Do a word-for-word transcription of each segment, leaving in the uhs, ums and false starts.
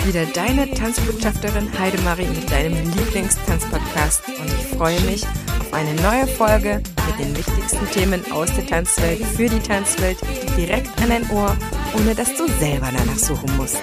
ist wieder deine Tanzbotschafterin Heidemarie mit deinem Lieblingstanzpodcast und ich freue mich auf eine neue Folge mit den wichtigsten Themen aus der Tanzwelt für die Tanzwelt direkt an dein Ohr, ohne dass du selber danach suchen musst.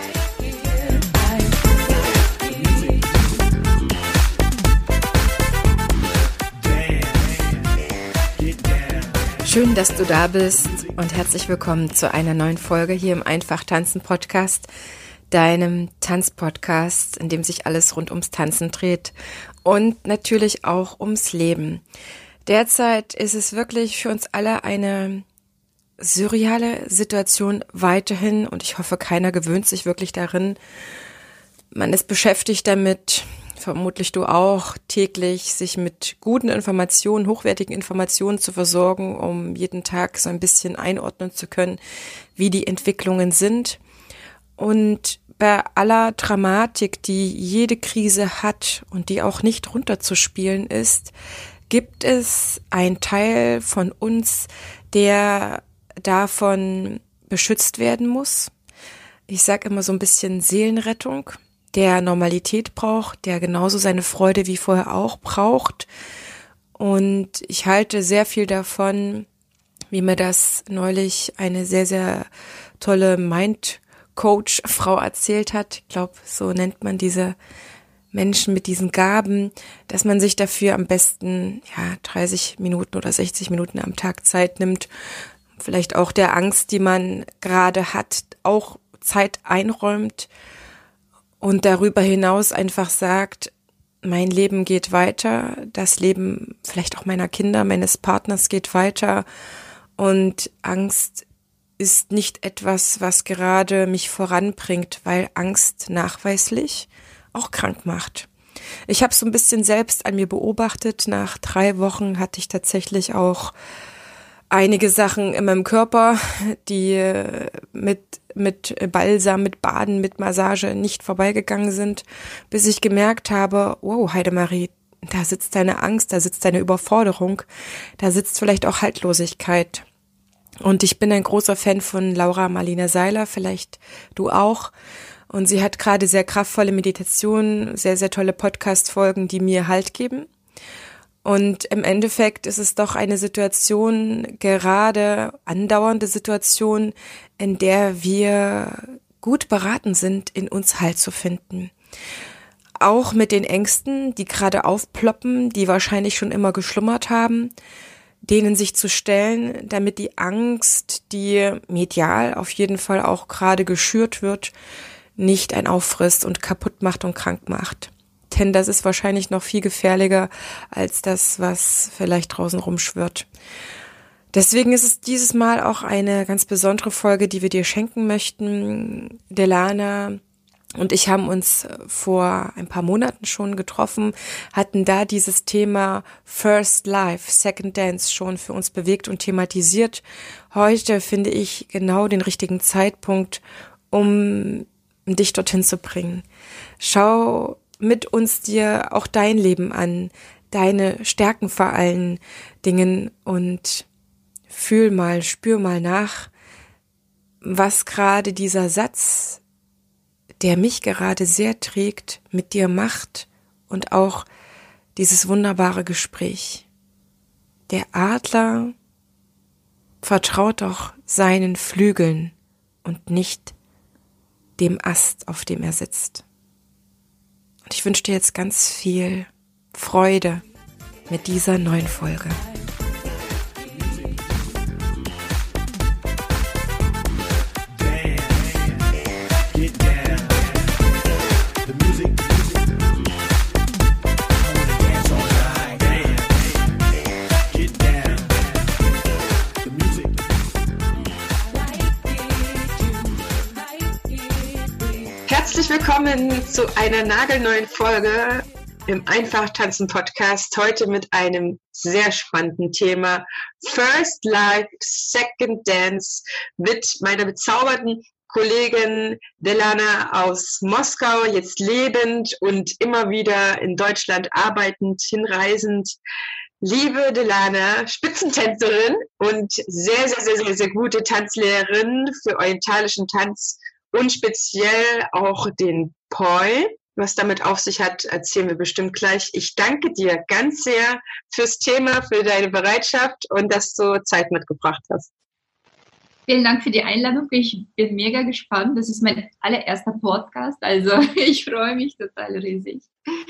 Schön, dass du da bist und herzlich willkommen zu einer neuen Folge hier im Einfach Tanzen Podcast, deinem Tanzpodcast, in dem sich alles rund ums Tanzen dreht und natürlich auch ums Leben. Derzeit ist es wirklich für uns alle eine surreale Situation weiterhin und ich hoffe, keiner gewöhnt sich wirklich darin. Man ist beschäftigt damit, vermutlich du auch, täglich sich mit guten Informationen, hochwertigen Informationen zu versorgen, um jeden Tag so ein bisschen einordnen zu können, wie die Entwicklungen sind. Und bei aller Dramatik, die jede Krise hat und die auch nicht runterzuspielen ist, gibt es einen Teil von uns, der davon beschützt werden muss. Ich sage immer so ein bisschen Seelenrettung, der Normalität braucht, der genauso seine Freude wie vorher auch braucht. Und ich halte sehr viel davon, wie mir das neulich eine sehr, sehr tolle Mind-Coach-Frau erzählt hat. Ich glaube, so nennt man diese Menschen mit diesen Gaben, dass man sich dafür am besten ja dreißig Minuten oder sechzig Minuten am Tag Zeit nimmt. Vielleicht auch der Angst, die man gerade hat, auch Zeit einräumt. Und darüber hinaus einfach sagt, mein Leben geht weiter, das Leben vielleicht auch meiner Kinder, meines Partners geht weiter und Angst ist nicht etwas, was gerade mich voranbringt, weil Angst nachweislich auch krank macht. Ich habe so ein bisschen selbst an mir beobachtet, nach drei Wochen hatte ich tatsächlich auch einige Sachen in meinem Körper, die mit mit Balsam, mit Baden, mit Massage nicht vorbeigegangen sind, bis ich gemerkt habe, wow, Heidemarie, da sitzt deine Angst, da sitzt deine Überforderung, da sitzt vielleicht auch Haltlosigkeit. Und ich bin ein großer Fan von Laura Marlina Seiler, vielleicht du auch. Und sie hat gerade sehr kraftvolle Meditationen, sehr, sehr tolle Podcast-Folgen, die mir Halt geben. Und im Endeffekt ist es doch eine Situation, gerade andauernde Situation, in der wir gut beraten sind, in uns Halt zu finden. Auch mit den Ängsten, die gerade aufploppen, die wahrscheinlich schon immer geschlummert haben, denen sich zu stellen, damit die Angst, die medial auf jeden Fall auch gerade geschürt wird, nicht einen auffrisst und kaputt macht und krank macht. Denn das ist wahrscheinlich noch viel gefährlicher als das, was vielleicht draußen rumschwirrt. Deswegen ist es dieses Mal auch eine ganz besondere Folge, die wir dir schenken möchten. Delana und ich haben uns vor ein paar Monaten schon getroffen, hatten da dieses Thema First Life, Second Dance schon für uns bewegt und thematisiert. Heute finde ich genau den richtigen Zeitpunkt, um dich dorthin zu bringen. Schau mit uns dir auch dein Leben an, deine Stärken vor allen Dingen und fühl mal, spür mal nach, was gerade dieser Satz, der mich gerade sehr trägt, mit dir macht und auch dieses wunderbare Gespräch. Der Adler vertraut doch seinen Flügeln und nicht dem Ast, auf dem er sitzt. Und ich wünsche dir jetzt ganz viel Freude mit dieser neuen Folge. Herzlich willkommen zu einer nagelneuen Folge im Einfach Tanzen Podcast. Heute mit einem sehr spannenden Thema First Life, Second Dance mit meiner bezaubernden Kollegin Delana aus Moskau, jetzt lebend und immer wieder in Deutschland arbeitend, hinreisend. Liebe Delana, Spitzentänzerin und sehr, sehr, sehr, sehr, sehr gute Tanzlehrerin für orientalischen Tanz und speziell auch den Poi. Was damit auf sich hat, erzählen wir bestimmt gleich. Ich danke dir ganz sehr fürs Thema, für deine Bereitschaft und dass du Zeit mitgebracht hast. Vielen Dank für die Einladung. Ich bin mega gespannt. Das ist mein allererster Podcast, also ich freue mich total riesig.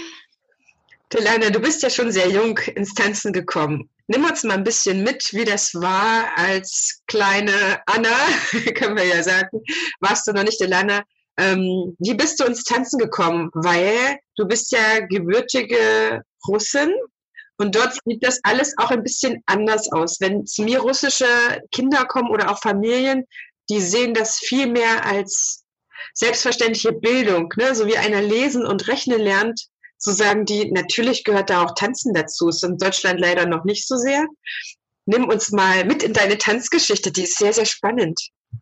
Delana, du bist ja schon sehr jung ins Tanzen gekommen. Nimm uns mal ein bisschen mit, wie das war als kleine Anna, können wir ja sagen. Warst du noch nicht Delana? Ähm, wie bist du ins Tanzen gekommen? Weil du bist ja gebürtige Russin und dort sieht das alles auch ein bisschen anders aus. Wenn zu mir russische Kinder kommen oder auch Familien, die sehen das viel mehr als selbstverständliche Bildung, ne? So wie einer lesen und rechnen lernt, so sagen die, natürlich gehört da auch Tanzen dazu. Ist in Deutschland leider noch nicht so sehr. Nimm uns mal mit in deine Tanzgeschichte, die ist sehr, sehr spannend.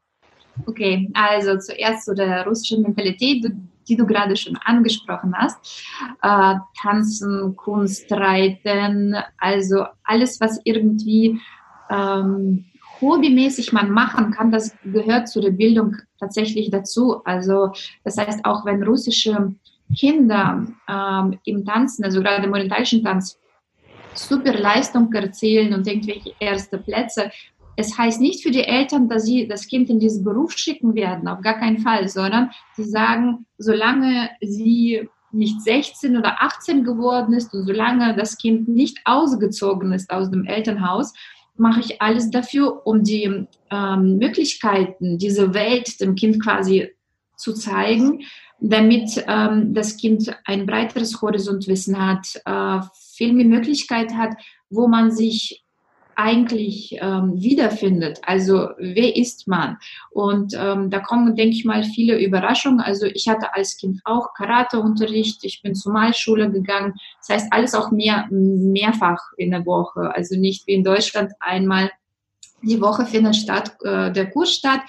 Okay, also zuerst zu der russischen Mentalität, die du gerade schon angesprochen hast. Äh, Tanzen, Kunst, Reiten, also alles, was irgendwie ähm, hobbymäßig man machen kann, das gehört zu der Bildung tatsächlich dazu. Also das heißt, auch wenn russische Kinder ähm, im Tanzen, also gerade im orientalischen Tanz, super Leistung erzielen und irgendwelche erste Plätze, es heißt nicht für die Eltern, dass sie das Kind in diesen Beruf schicken werden, auf gar keinen Fall, sondern sie sagen, solange sie nicht sechzehn oder achtzehn geworden ist und solange das Kind nicht ausgezogen ist aus dem Elternhaus, mache ich alles dafür, um die ähm, Möglichkeiten, diese Welt dem Kind quasi zu zeigen, damit ähm, das Kind ein breiteres Horizontwissen hat, äh, viel mehr Möglichkeit hat, wo man sich eigentlich ähm, wiederfindet. Also wer ist man? Und ähm, da kommen, denke ich mal, viele Überraschungen. Also ich hatte als Kind auch Karateunterricht, ich bin zur Malschule gegangen. Das heißt, alles auch mehr, mehrfach in der Woche. Also nicht wie in Deutschland einmal die Woche findet statt, äh, der Kurs statt,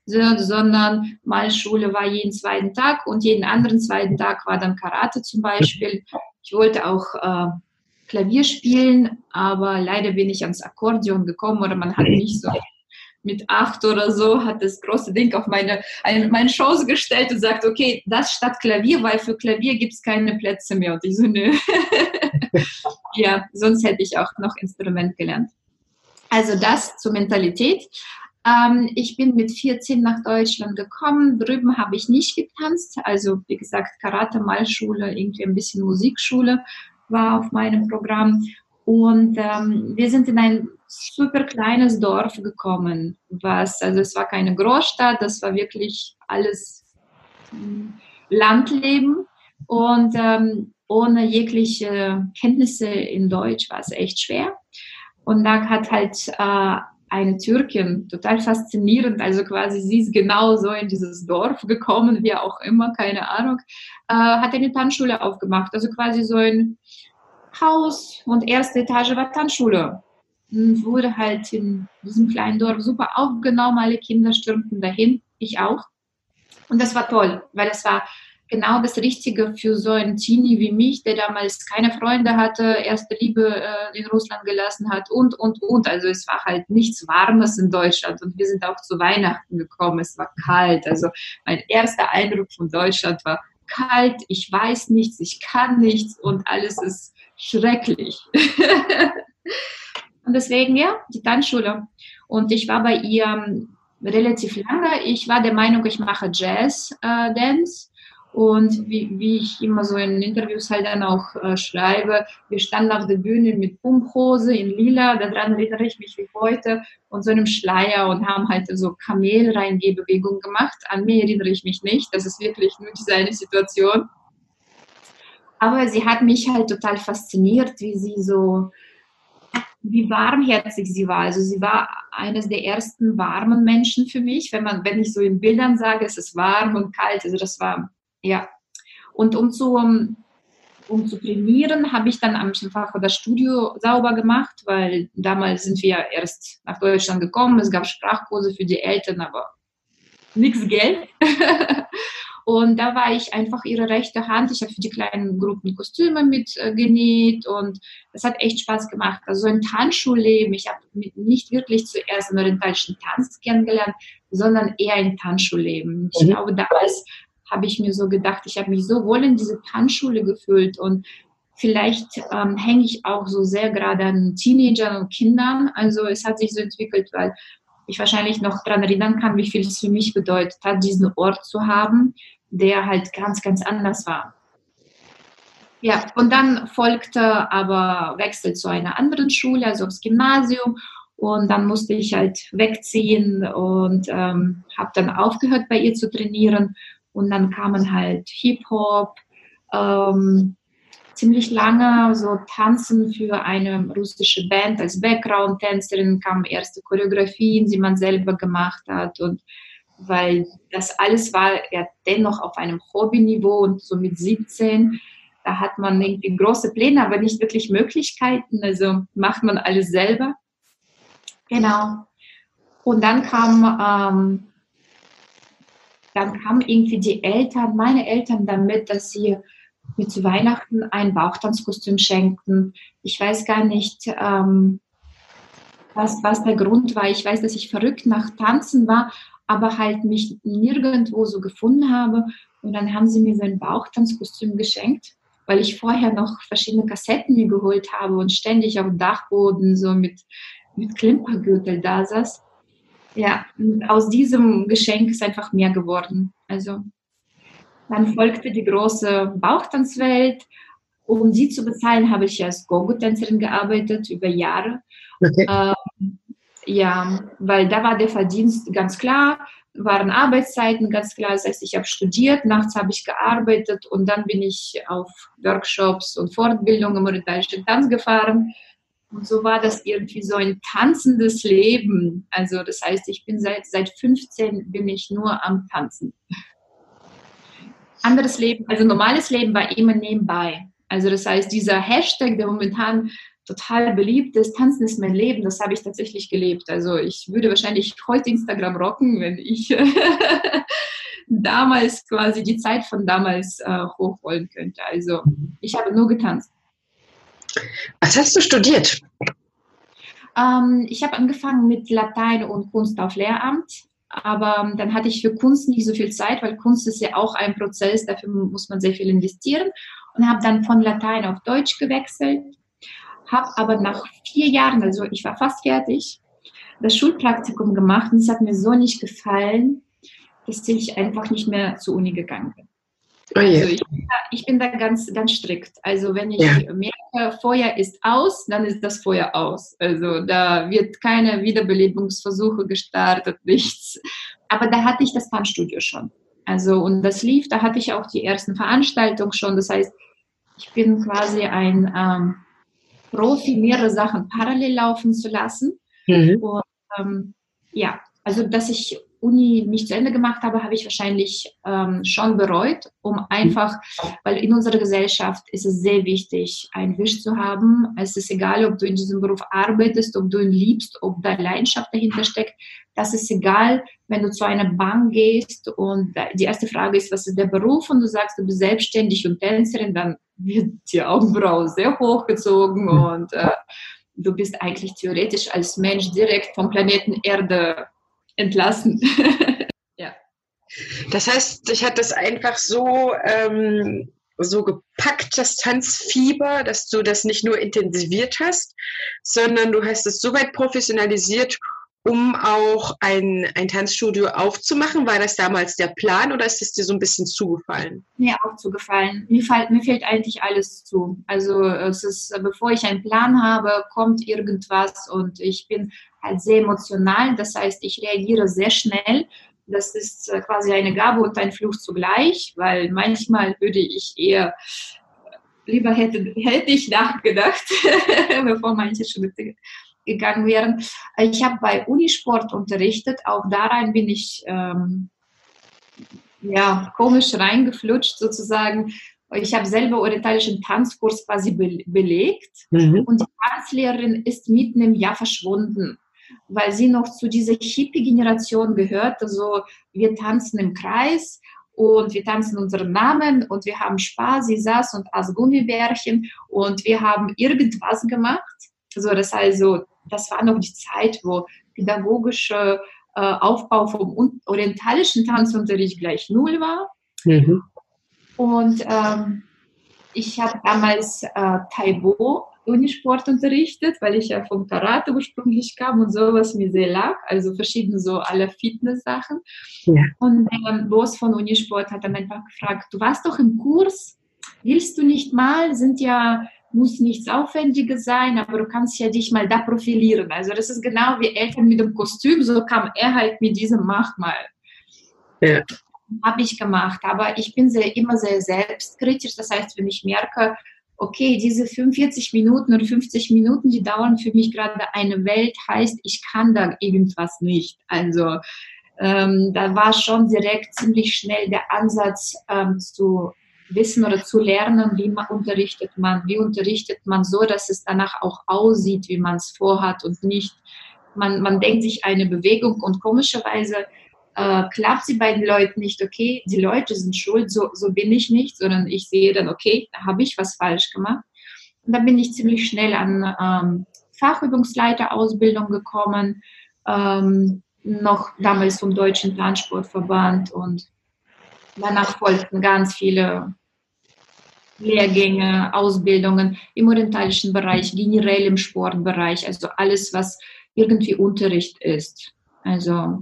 sondern Malschule war jeden zweiten Tag und jeden anderen zweiten Tag war dann Karate zum Beispiel. Ich wollte auch äh, Klavier spielen, aber leider bin ich ans Akkordeon gekommen oder man hat mich so mit acht oder so, hat das große Ding auf meine, eine, meine Schoß gestellt und sagt, okay, das statt Klavier, weil für Klavier gibt es keine Plätze mehr. Und ich so, nö. Ja, sonst hätte ich auch noch Instrument gelernt. Also das zur Mentalität. Ähm, ich bin mit vierzehn nach Deutschland gekommen. Drüben habe ich nicht getanzt. Also wie gesagt, Karate, Malschule, irgendwie ein bisschen Musikschule war auf meinem Programm. Und ähm, wir sind in ein super kleines Dorf gekommen. Was, also es war keine Großstadt, das war wirklich alles Landleben. Und ähm, ohne jegliche Kenntnisse in Deutsch war es echt schwer. Und da hat halt äh, eine Türkin, total faszinierend, also quasi sie ist genau so in dieses Dorf gekommen, wie auch immer, keine Ahnung, äh, hat eine Tanzschule aufgemacht, also quasi so ein Haus und erste Etage war Tanzschule. Und wurde halt in diesem kleinen Dorf super aufgenommen, alle Kinder stürmten dahin, ich auch. Und das war toll, weil das war genau das Richtige für so einen Teenie wie mich, der damals keine Freunde hatte, erste Liebe äh, in Russland gelassen hat und, und, und. Also es war halt nichts Warmes in Deutschland und wir sind auch zu Weihnachten gekommen, es war kalt. Also mein erster Eindruck von Deutschland war kalt, ich weiß nichts, ich kann nichts und alles ist schrecklich. Und deswegen, ja, die Tanzschule. Und ich war bei ihr relativ lange. Ich war der Meinung, ich mache Jazz-Dance. Äh, Und wie, wie ich immer so in Interviews halt dann auch äh, schreibe, wir standen auf der Bühne mit Pumphose in Lila, daran erinnere ich mich wie heute, und so einem Schleier und haben halt so Kamelreingehbewegungen gemacht. An mir erinnere ich mich nicht, das ist wirklich nur diese eine Situation. Aber sie hat mich halt total fasziniert, wie sie so, wie warmherzig sie war. Also sie war eines der ersten warmen Menschen für mich. Wenn man, wenn ich so in Bildern sage, es ist warm und kalt, also das war, ja. Und um zu, um zu trainieren, habe ich dann einfach das Studio sauber gemacht, weil damals sind wir erst nach Deutschland gekommen. Es gab Sprachkurse für die Eltern, aber nichts Geld. Und da war ich einfach ihre rechte Hand. Ich habe für die kleinen Gruppen Kostüme mit äh, genäht und das hat echt Spaß gemacht. Also ein Tanzschulleben. Ich habe nicht wirklich zuerst den orientalischen Tanz kennengelernt, sondern eher ein Tanzschulleben. Ich mhm. glaube, damals habe ich mir so gedacht, ich habe mich so wohl in diese Tanzschule gefühlt und vielleicht ähm, hänge ich auch so sehr gerade an Teenagern und Kindern. Also es hat sich so entwickelt, weil ich wahrscheinlich noch daran erinnern kann, wie viel es für mich bedeutet hat, diesen Ort zu haben, der halt ganz, ganz anders war. Ja, und dann folgte aber Wechsel zu einer anderen Schule, also aufs Gymnasium. Und dann musste ich halt wegziehen und ähm, habe dann aufgehört, bei ihr zu trainieren. Und dann kamen halt Hip-Hop, ähm, ziemlich lange so Tanzen für eine russische Band als Background-Tänzerin, kamen erste Choreografien, die man selber gemacht hat. Und weil das alles war ja dennoch auf einem Hobbyniveau und so mit siebzehn, da hat man irgendwie große Pläne, aber nicht wirklich Möglichkeiten. Also macht man alles selber. Genau. Und dann kam, ähm, dann kamen irgendwie die Eltern, meine Eltern damit, dass sie mir zu Weihnachten ein Bauchtanzkostüm schenkten. Ich weiß gar nicht, ähm, was, was der Grund war. Ich weiß, dass ich verrückt nach Tanzen war, aber halt mich nirgendwo so gefunden habe. Und dann haben sie mir so ein Bauchtanzkostüm geschenkt, weil ich vorher noch verschiedene Kassetten mir geholt habe und ständig auf dem Dachboden so mit, mit Klimpergürtel da saß. Ja, und aus diesem Geschenk ist einfach mehr geworden. Also dann folgte die große Bauchtanzwelt. Um sie zu bezahlen, habe ich als Gogo-Tänzerin gearbeitet, über Jahre. Okay. Ähm, ja, weil da war der Verdienst ganz klar, waren Arbeitszeiten ganz klar. Das heißt, ich habe studiert, nachts habe ich gearbeitet und dann bin ich auf Workshops und Fortbildungen im orientalischen Tanz gefahren. Und so war das irgendwie so ein tanzendes Leben. Also das heißt, ich bin seit, seit fünfzehn bin ich nur am Tanzen. Anderes Leben, also normales Leben war immer nebenbei. Also das heißt, dieser Hashtag, der momentan total beliebt ist, Tanzen ist mein Leben, das habe ich tatsächlich gelebt. Also ich würde wahrscheinlich heute Instagram rocken, wenn ich damals quasi die Zeit von damals äh, hochholen könnte. Also ich habe nur getanzt. Was hast du studiert? Ähm, ich habe angefangen mit Latein und Kunst auf Lehramt. Aber dann hatte ich für Kunst nicht so viel Zeit, weil Kunst ist ja auch ein Prozess, dafür muss man sehr viel investieren. Und habe dann von Latein auf Deutsch gewechselt, habe aber nach vier Jahren, also ich war fast fertig, das Schulpraktikum gemacht und es hat mir so nicht gefallen, dass ich einfach nicht mehr zur Uni gegangen bin. Oh yeah. Also ich, ich bin da ganz, ganz strikt. Also wenn ich ja. merke, Feuer ist aus, dann ist das Feuer aus. Also da wird keine Wiederbelebungsversuche gestartet, nichts. Aber da hatte ich das Tanzstudio schon. Also und das lief, da hatte ich auch die ersten Veranstaltungen schon. Das heißt, ich bin quasi ein ähm, Profi, mehrere Sachen parallel laufen zu lassen. Mhm. Und ähm, ja, also dass ich Uni nicht zu Ende gemacht habe, habe ich wahrscheinlich ähm, schon bereut, um einfach, weil in unserer Gesellschaft ist es sehr wichtig, einen Wisch zu haben. Es ist egal, ob du in diesem Beruf arbeitest, ob du ihn liebst, ob da Leidenschaft dahinter steckt. Das ist egal, wenn du zu einer Bank gehst und die erste Frage ist, was ist der Beruf? Und du sagst, du bist selbstständig und Tänzerin, dann wird die Augenbraue sehr hochgezogen und äh, du bist eigentlich theoretisch als Mensch direkt vom Planeten Erde entlassen. Ja. Das heißt, dich hat das einfach so, ähm, so gepackt, das Tanzfieber, dass du das nicht nur intensiviert hast, sondern du hast es so weit professionalisiert, um auch ein, ein Tanzstudio aufzumachen. War das damals der Plan oder ist es dir so ein bisschen zugefallen? Mir auch zugefallen. Mir, fall, mir fällt eigentlich alles zu. Also es ist, bevor ich einen Plan habe, kommt irgendwas und ich bin halt sehr emotional. Das heißt, ich reagiere sehr schnell. Das ist quasi eine Gabe und ein Fluch zugleich, weil manchmal würde ich eher, lieber hätte, hätte ich nachgedacht, bevor manche Schritte gegangen wären. Ich habe bei Unisport unterrichtet, auch da rein bin ich ähm, ja, komisch reingeflutscht sozusagen. Ich habe selber orientalischen Tanzkurs quasi be- belegt mhm. und die Tanzlehrerin ist mitten im Jahr verschwunden, weil sie noch zu dieser Hippie-Generation gehört. Also wir tanzen im Kreis und wir tanzen unseren Namen und wir haben Spaß. Sie saß und aß Gummibärchen und wir haben irgendwas gemacht. So, das also, das war noch die Zeit, wo pädagogische äh, Aufbau vom orientalischen Tanzunterricht gleich null war. Mhm. Und ähm, ich habe damals äh, Taibo Unisport unterrichtet, weil ich ja vom Karate ursprünglich kam und sowas mir sehr lag, also verschiedene so alle Fitness-Sachen. Ja. Und der Boss von Unisport hat dann einfach gefragt, du warst doch im Kurs, willst du nicht mal, sind ja, muss nichts Aufwendiges sein, aber du kannst ja dich mal da profilieren. Also das ist genau wie Eltern mit dem Kostüm, so kam er halt mit diesem Mach mal. Ja. Habe ich gemacht, aber ich bin sehr, immer sehr selbstkritisch, das heißt, wenn ich merke, okay, diese fünfundvierzig Minuten oder fünfzig Minuten, die dauern für mich gerade eine Welt, heißt, ich kann da irgendwas nicht. Also ähm, da war schon direkt ziemlich schnell der Ansatz ähm, zu wissen oder zu lernen, wie man unterrichtet man, wie unterrichtet man so, dass es danach auch aussieht, wie man es vorhat und nicht, man, man denkt sich eine Bewegung und komischerweise Äh, klappt sie bei den Leuten nicht, okay, die Leute sind schuld, so, so bin ich nicht, sondern ich sehe dann, okay, da habe ich was falsch gemacht. Und dann bin ich ziemlich schnell an ähm, Fachübungsleiterausbildung gekommen, ähm, noch damals vom Deutschen Tanzsportverband und danach folgten ganz viele Lehrgänge, Ausbildungen im orientalischen Bereich, generell im Sportbereich, also alles, was irgendwie Unterricht ist. Also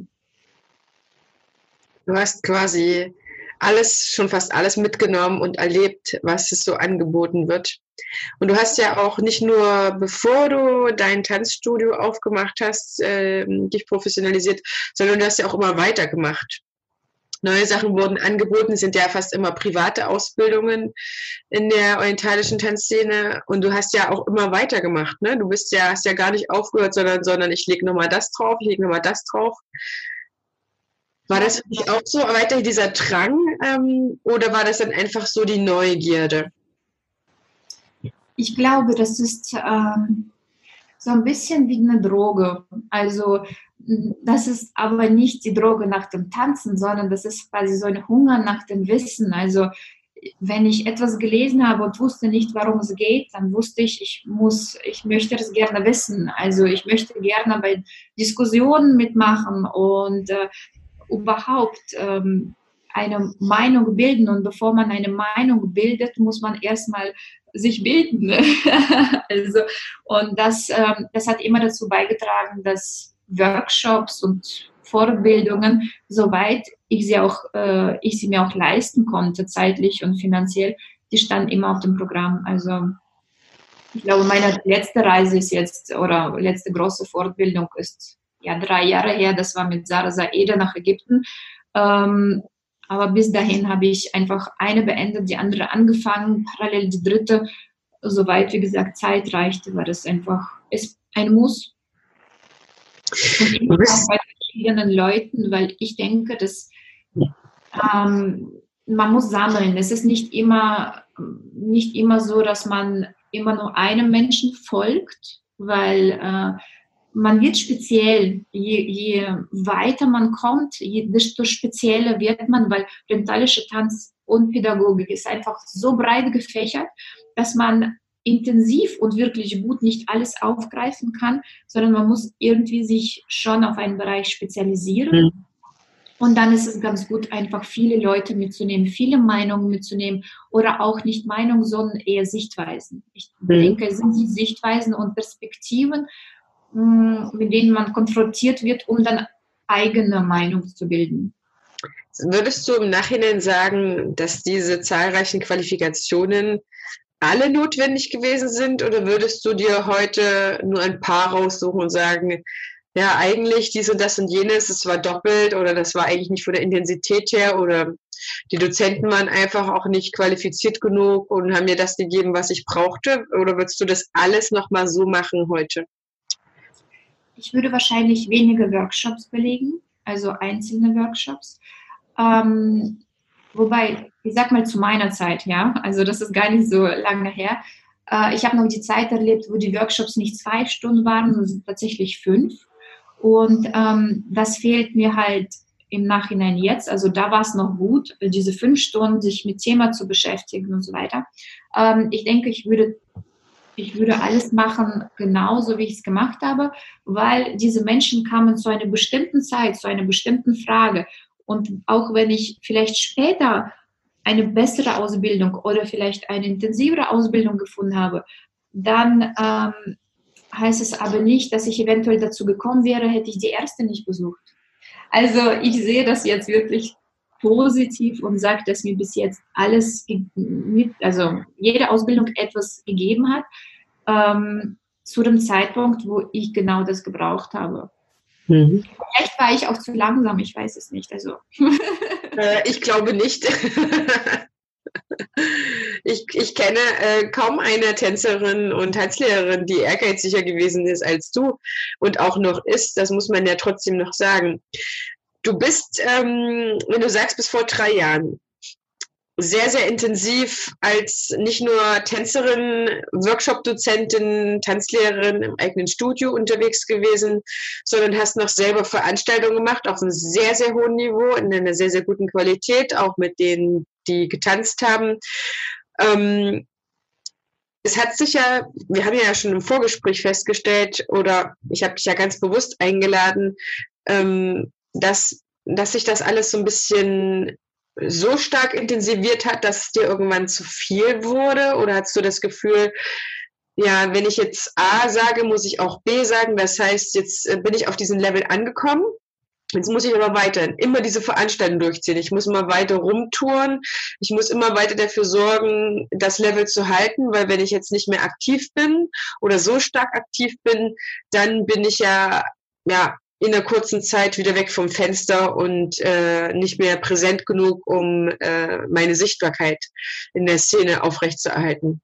du hast quasi alles, schon fast alles mitgenommen und erlebt, was es so angeboten wird. Und du hast ja auch nicht nur, bevor du dein Tanzstudio aufgemacht hast, äh, dich professionalisiert, sondern du hast ja auch immer weitergemacht. Neue Sachen wurden angeboten, sind ja fast immer private Ausbildungen in der orientalischen Tanzszene. Und du hast ja auch immer weitergemacht, ne? Du bist ja, hast ja gar nicht aufgehört, sondern, sondern ich lege nochmal das drauf, ich lege nochmal das drauf. War das für dich auch so weiter dieser Drang ähm, oder war das dann einfach so die Neugierde? Ich glaube, das ist ähm, so ein bisschen wie eine Droge. Also das ist aber nicht die Droge nach dem Tanzen, sondern das ist quasi so ein Hunger nach dem Wissen. Also wenn ich etwas gelesen habe und wusste nicht, worum es geht, dann wusste ich, ich muss, ich möchte das gerne wissen. Also ich möchte gerne bei Diskussionen mitmachen und äh, überhaupt ähm, eine Meinung bilden. Und bevor man eine Meinung bildet, muss man erstmal sich bilden. Also, und das, ähm, das hat immer dazu beigetragen, dass Workshops und Fortbildungen, soweit ich sie auch, äh, ich sie mir auch leisten konnte, zeitlich und finanziell, die standen immer auf dem Programm. Also ich glaube, meine letzte Reise ist jetzt, oder letzte große Fortbildung ist ja drei Jahre her, das war mit Sarah Saeda nach Ägypten. Ähm, aber bis dahin habe ich einfach eine beendet, die andere angefangen, parallel die dritte. Soweit, wie gesagt, Zeit reichte, war das einfach ist ein Muss. Und immer auch bei verschiedenen Leuten, weil ich denke, dass ähm, man muss sammeln. Es ist nicht immer, nicht immer so, dass man immer nur einem Menschen folgt, weil äh, man wird speziell, je, je weiter man kommt, je, desto spezieller wird man, weil orientalische Tanz und Pädagogik ist einfach so breit gefächert, dass man intensiv und wirklich gut nicht alles aufgreifen kann, sondern man muss irgendwie sich schon auf einen Bereich spezialisieren. Mhm. Und dann ist es ganz gut, einfach viele Leute mitzunehmen, viele Meinungen mitzunehmen oder auch nicht Meinungen, sondern eher Sichtweisen. Ich mhm. denke, es sind die Sichtweisen und Perspektiven, mit denen man konfrontiert wird, um dann eigene Meinung zu bilden. Würdest du im Nachhinein sagen, dass diese zahlreichen Qualifikationen alle notwendig gewesen sind oder würdest du dir heute nur ein paar raussuchen und sagen, ja, eigentlich dies und das und jenes, das war doppelt oder das war eigentlich nicht von der Intensität her oder die Dozenten waren einfach auch nicht qualifiziert genug und haben mir das gegeben, was ich brauchte? Oder würdest du das alles nochmal so machen heute? Ich würde wahrscheinlich wenige Workshops belegen, also einzelne Workshops. Ähm, wobei, ich sag mal zu meiner Zeit, ja, also das ist gar nicht so lange her. Äh, ich habe noch die Zeit erlebt, wo die Workshops nicht zwei Stunden waren, sondern tatsächlich fünf. Und ähm, das fehlt mir halt im Nachhinein jetzt, also da war es noch gut, diese fünf Stunden sich mit Thema zu beschäftigen und so weiter. Ähm, ich denke, ich würde, ich würde alles machen, genauso wie ich es gemacht habe, weil diese Menschen kamen zu einer bestimmten Zeit, zu einer bestimmten Frage. Und auch wenn ich vielleicht später eine bessere Ausbildung oder vielleicht eine intensivere Ausbildung gefunden habe, dann ähm, heißt es aber nicht, dass ich eventuell dazu gekommen wäre, hätte ich die erste nicht besucht. Also ich sehe das jetzt wirklich positiv und sage, dass mir bis jetzt alles, also jede Ausbildung etwas gegeben hat, ähm, zu dem Zeitpunkt, wo ich genau das gebraucht habe. Mhm. Vielleicht war ich auch zu langsam, ich weiß es nicht. Also. äh, ich glaube nicht. Ich, ich kenne äh, kaum eine Tänzerin und Tanzlehrerin, die ehrgeiziger gewesen ist als du und auch noch ist. Das muss man ja trotzdem noch sagen. Du bist, ähm, wenn du sagst, bis vor drei Jahren sehr, sehr intensiv als nicht nur Tänzerin, Workshop-Dozentin, Tanzlehrerin im eigenen Studio unterwegs gewesen, sondern hast noch selber Veranstaltungen gemacht auf einem sehr, sehr hohen Niveau, in einer sehr, sehr guten Qualität, auch mit denen, die getanzt haben. Ähm, es hat sich ja, wir haben ja schon im Vorgespräch festgestellt, oder ich habe dich ja ganz bewusst eingeladen, ähm, dass, dass sich das alles so ein bisschen so stark intensiviert hat, dass es dir irgendwann zu viel wurde? Oder hast du das Gefühl, ja, wenn ich jetzt A sage, muss ich auch B sagen, das heißt, jetzt bin ich auf diesem Level angekommen, jetzt muss ich aber weiter, immer diese Veranstaltungen durchziehen, ich muss immer weiter rumtouren, ich muss immer weiter dafür sorgen, das Level zu halten, weil wenn ich jetzt nicht mehr aktiv bin oder so stark aktiv bin, dann bin ich ja, ja, in einer kurzen Zeit wieder weg vom Fenster und äh, nicht mehr präsent genug, um äh, meine Sichtbarkeit in der Szene aufrechtzuerhalten.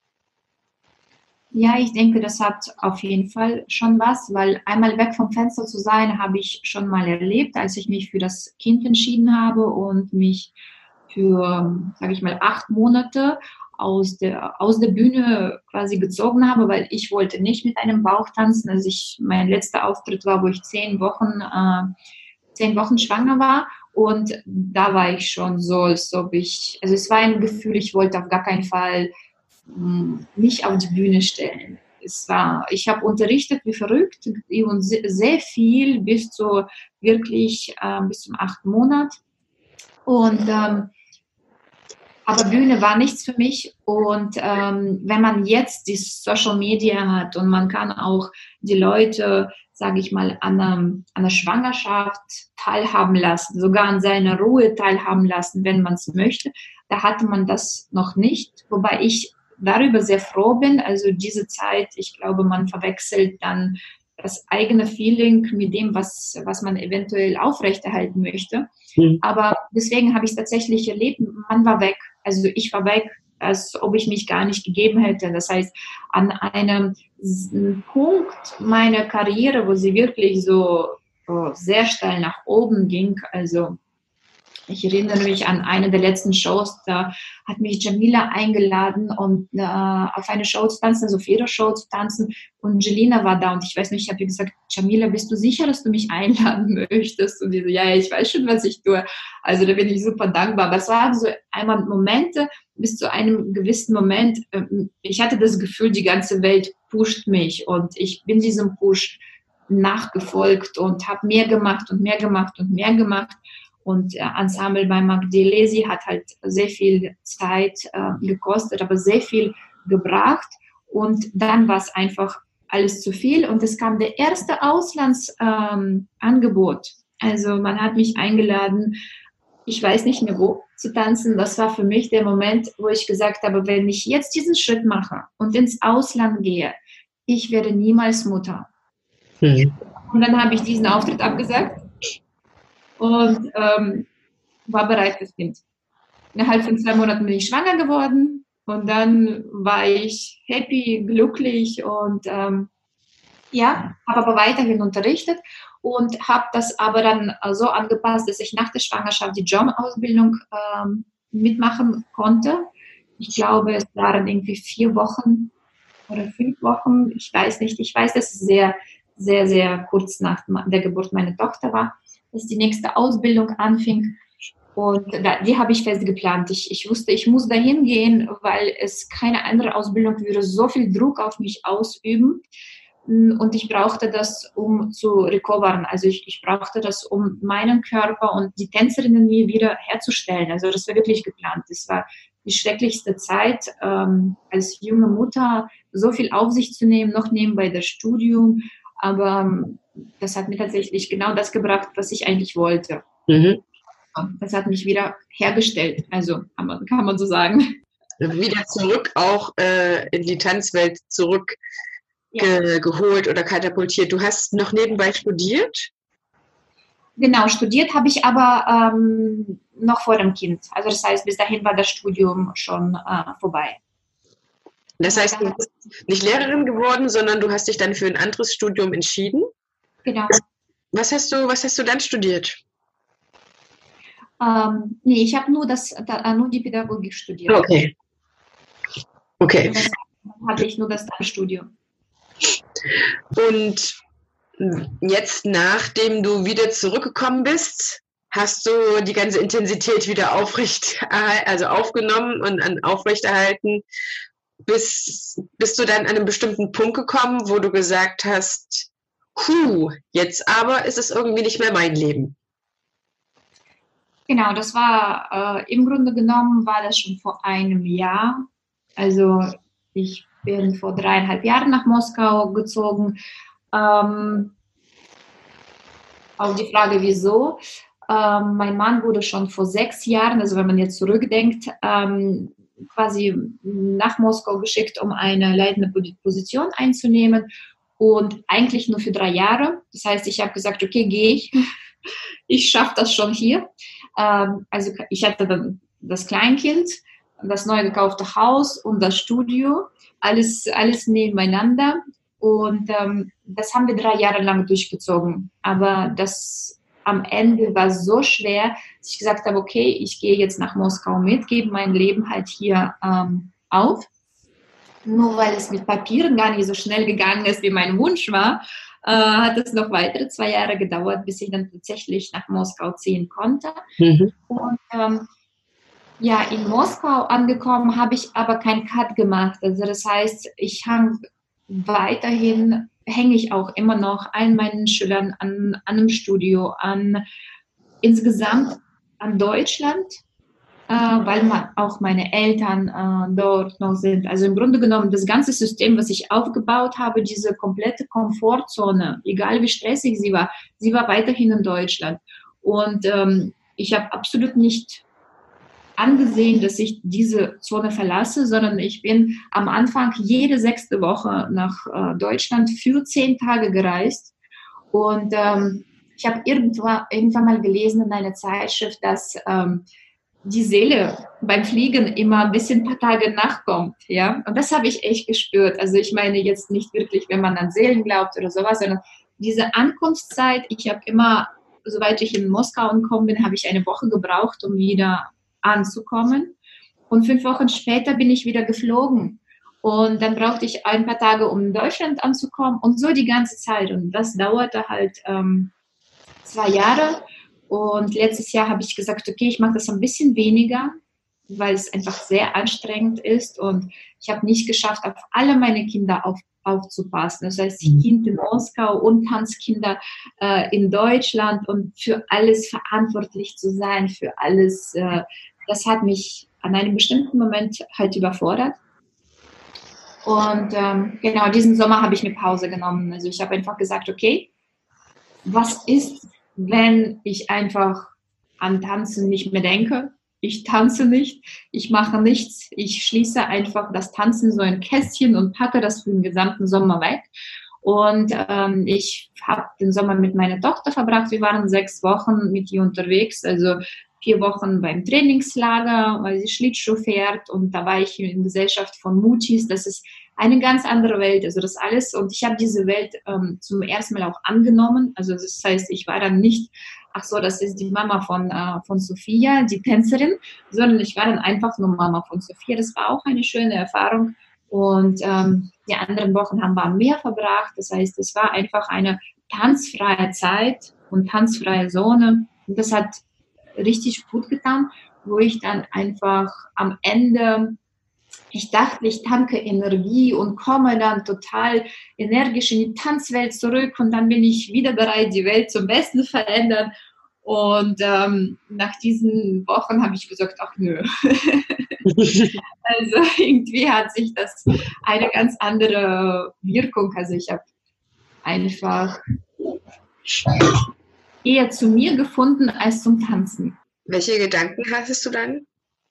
Ja, ich denke, das hat auf jeden Fall schon was, weil einmal weg vom Fenster zu sein, habe ich schon mal erlebt, als ich mich für das Kind entschieden habe und mich für, sage ich mal, acht Monate aus der, aus der Bühne quasi gezogen habe, weil ich wollte nicht mit einem Bauch tanzen. Also ich, mein letzter Auftritt war, wo ich zehn Wochen, äh, zehn Wochen schwanger war. Und da war ich schon so, als ob ich, also es war ein Gefühl, ich wollte auf gar keinen Fall mh, mich auf die Bühne stellen. Es war, ich habe unterrichtet wie verrückt und sehr viel bis zu wirklich äh, bis zum achten Monat. Und ähm, aber Bühne war nichts für mich und ähm, wenn man jetzt die Social Media hat und man kann auch die Leute, sage ich mal, an einer, an einer Schwangerschaft teilhaben lassen, sogar an seiner Ruhe teilhaben lassen, wenn man es möchte, da hatte man das noch nicht, wobei ich darüber sehr froh bin, also diese Zeit, ich glaube, man verwechselt dann das eigene Feeling mit dem, was, was man eventuell aufrechterhalten möchte. Mhm. Aber deswegen habe ich es tatsächlich erlebt, man war weg. Also ich war weg, als ob ich mich gar nicht gegeben hätte. Das heißt, an einem Punkt meiner Karriere, wo sie wirklich so, so sehr steil nach oben ging, also ich erinnere mich an eine der letzten Shows, da hat mich Jamila eingeladen, und äh, auf eine Show zu tanzen, also auf ihre Show zu tanzen, und Jelina war da und ich weiß nicht, ich habe ihr gesagt, Jamila, bist du sicher, dass du mich einladen möchtest? Und die so, ja, ich weiß schon, was ich tue. Also da bin ich super dankbar. Aber es waren so einmal Momente, bis zu einem gewissen Moment, äh, ich hatte das Gefühl, die ganze Welt pusht mich und ich bin diesem Push nachgefolgt und habe mehr gemacht und mehr gemacht und mehr gemacht. Und äh, Ensemble bei Magdelesi hat halt sehr viel Zeit äh, gekostet, aber sehr viel gebracht. Und dann war es einfach alles zu viel. Und es kam der erste Auslandsangebot. Ähm, also man hat mich eingeladen, ich weiß nicht mehr wo, zu tanzen. Das war für mich der Moment, wo ich gesagt habe, wenn ich jetzt diesen Schritt mache und ins Ausland gehe, ich werde niemals Mutter. Mhm. Und dann habe ich diesen Auftritt abgesagt. Und ähm, war bereit fürs Kind. Innerhalb von zwei Monaten bin ich schwanger geworden und dann war ich happy, glücklich und ähm, ja, habe aber weiterhin unterrichtet und habe das aber dann so angepasst, dass ich nach der Schwangerschaft die Jom-Ausbildung ähm, mitmachen konnte. Ich glaube, es waren irgendwie vier Wochen oder fünf Wochen, ich weiß nicht. Ich weiß, dass es sehr, sehr, sehr kurz nach der Geburt meiner Tochter war. dass die nächste Ausbildung anfing. Und da, die habe ich fest geplant. Ich, ich wusste, ich muss dahin gehen, weil es keine andere Ausbildung würde so viel Druck auf mich ausüben. Und ich brauchte das, um zu recovern. Also ich, ich brauchte das, um meinen Körper und die Tänzerinnen mir wieder herzustellen. Also das war wirklich geplant. Das war die schrecklichste Zeit, ähm, als junge Mutter so viel auf sich zu nehmen, noch nebenbei das Studium. Aber ähm, das hat mir tatsächlich genau das gebracht, was ich eigentlich wollte. Mhm. Das hat mich wieder hergestellt, also kann man, kann man so sagen. Wieder zurück auch äh, in die Tanzwelt zurück ja. ge- geholt oder katapultiert. Du hast noch nebenbei studiert? Genau, studiert habe ich aber ähm, noch vor dem Kind. Also das heißt, bis dahin war das Studium schon äh, vorbei. Das heißt, du bist nicht Lehrerin geworden, sondern du hast dich dann für ein anderes Studium entschieden? Genau. Was hast du, was hast du dann studiert? Ähm, nee, ich habe nur, das, da, nur die Pädagogik studiert. Okay. Okay. Dann hatte ich nur das Studium. Und jetzt, nachdem du wieder zurückgekommen bist, hast du die ganze Intensität wieder aufrecht, also aufgenommen und an aufrechterhalten. Bis, bist du dann an einen bestimmten Punkt gekommen, wo du gesagt hast, huh, jetzt aber ist es irgendwie nicht mehr mein Leben. Genau, das war, äh, im Grunde genommen war das schon vor einem Jahr. Also ich bin vor dreieinhalb Jahren nach Moskau gezogen. Ähm, auf die Frage, wieso. Ähm, mein Mann wurde schon vor sechs Jahren, also wenn man jetzt zurückdenkt, ähm, quasi nach Moskau geschickt, um eine leitende Position einzunehmen und eigentlich nur für drei Jahre. Das heißt, ich habe gesagt, okay, gehe ich. Ich schaffe das schon hier. Ähm, also ich hatte dann das Kleinkind, das neu gekaufte Haus und das Studio, alles, alles nebeneinander. Und ähm, das haben wir drei Jahre lang durchgezogen. Aber das am Ende war so schwer, dass ich gesagt habe, okay, ich gehe jetzt nach Moskau mit, gebe mein Leben halt hier ähm, auf. Nur weil es mit Papieren gar nicht so schnell gegangen ist, wie mein Wunsch war, äh, hat es noch weitere zwei Jahre gedauert, bis ich dann tatsächlich nach Moskau ziehen konnte. Mhm. Und ähm, ja, in Moskau angekommen habe ich aber keinen Cut gemacht. Also das heißt, ich hang weiterhin, hänge ich auch immer noch an meinen Schülern, an, an einem Studio, an insgesamt an Deutschland, äh, weil man, auch meine Eltern äh, dort noch sind. Also im Grunde genommen, das ganze System, was ich aufgebaut habe, diese komplette Komfortzone, egal wie stressig sie war, sie war weiterhin in Deutschland. Und ähm, ich habe absolut nicht angesehen, dass ich diese Zone verlasse, sondern ich bin am Anfang jede sechste Woche nach äh, Deutschland für zehn Tage gereist. Und ähm, ich habe irgendwann, irgendwann mal gelesen in einer Zeitschrift, dass ähm, die Seele beim Fliegen immer ein bisschen ein paar Tage nachkommt. Ja? Und das habe ich echt gespürt. Also ich meine jetzt nicht wirklich, wenn man an Seelen glaubt oder sowas, sondern diese Ankunftszeit, ich habe immer, soweit ich in Moskau angekommen bin, habe ich eine Woche gebraucht, um wieder anzukommen. Und fünf Wochen später bin ich wieder geflogen. Und dann brauchte ich ein paar Tage, um in Deutschland anzukommen. Und so die ganze Zeit. Und das dauerte halt ähm, zwei Jahre. Und letztes Jahr habe ich gesagt, okay, ich mache das ein bisschen weniger, weil es einfach sehr anstrengend ist. Und ich habe nicht geschafft, auf alle meine Kinder auf, aufzupassen. Das heißt, Kind in Moskau und Tanzkinder äh, in Deutschland und für alles verantwortlich zu sein, für alles. Äh, das hat mich an einem bestimmten Moment halt überfordert. Und ähm, genau, diesen Sommer habe ich eine Pause genommen. Also ich habe einfach gesagt, okay, was ist, wenn ich einfach an Tanzen nicht mehr denke? Ich tanze nicht, ich mache nichts, ich schließe einfach das Tanzen so ein Kästchen und packe das für den gesamten Sommer weg. Und ähm, ich habe den Sommer mit meiner Tochter verbracht. Wir waren sechs Wochen mit ihr unterwegs, also vier Wochen beim Trainingslager, weil sie Schlittschuh fährt. Und da war ich in Gesellschaft von Mutis. Das ist eine ganz andere Welt, also das alles. Und ich habe diese Welt ähm, zum ersten Mal auch angenommen. Also das heißt, ich war dann nicht, ach so, das ist die Mama von, äh, von Sophia, die Tänzerin, sondern ich war dann einfach nur Mama von Sophia. Das war auch eine schöne Erfahrung. Und ähm, die anderen Wochen haben wir am Meer verbracht. Das heißt, es war einfach eine tanzfreie Zeit. und tanzfreie Zone. Und das hat richtig gut getan, wo ich dann einfach am Ende, ich dachte, ich tanke Energie und komme dann total energisch in die Tanzwelt zurück und dann bin ich wieder bereit, die Welt zum Besten zu verändern. Und ähm, nach diesen Wochen habe ich gesagt, ach nö. Also irgendwie hat sich das eine ganz andere Wirkung. Also ich habe einfach eher zu mir gefunden als zum Tanzen. Welche Gedanken hattest du dann?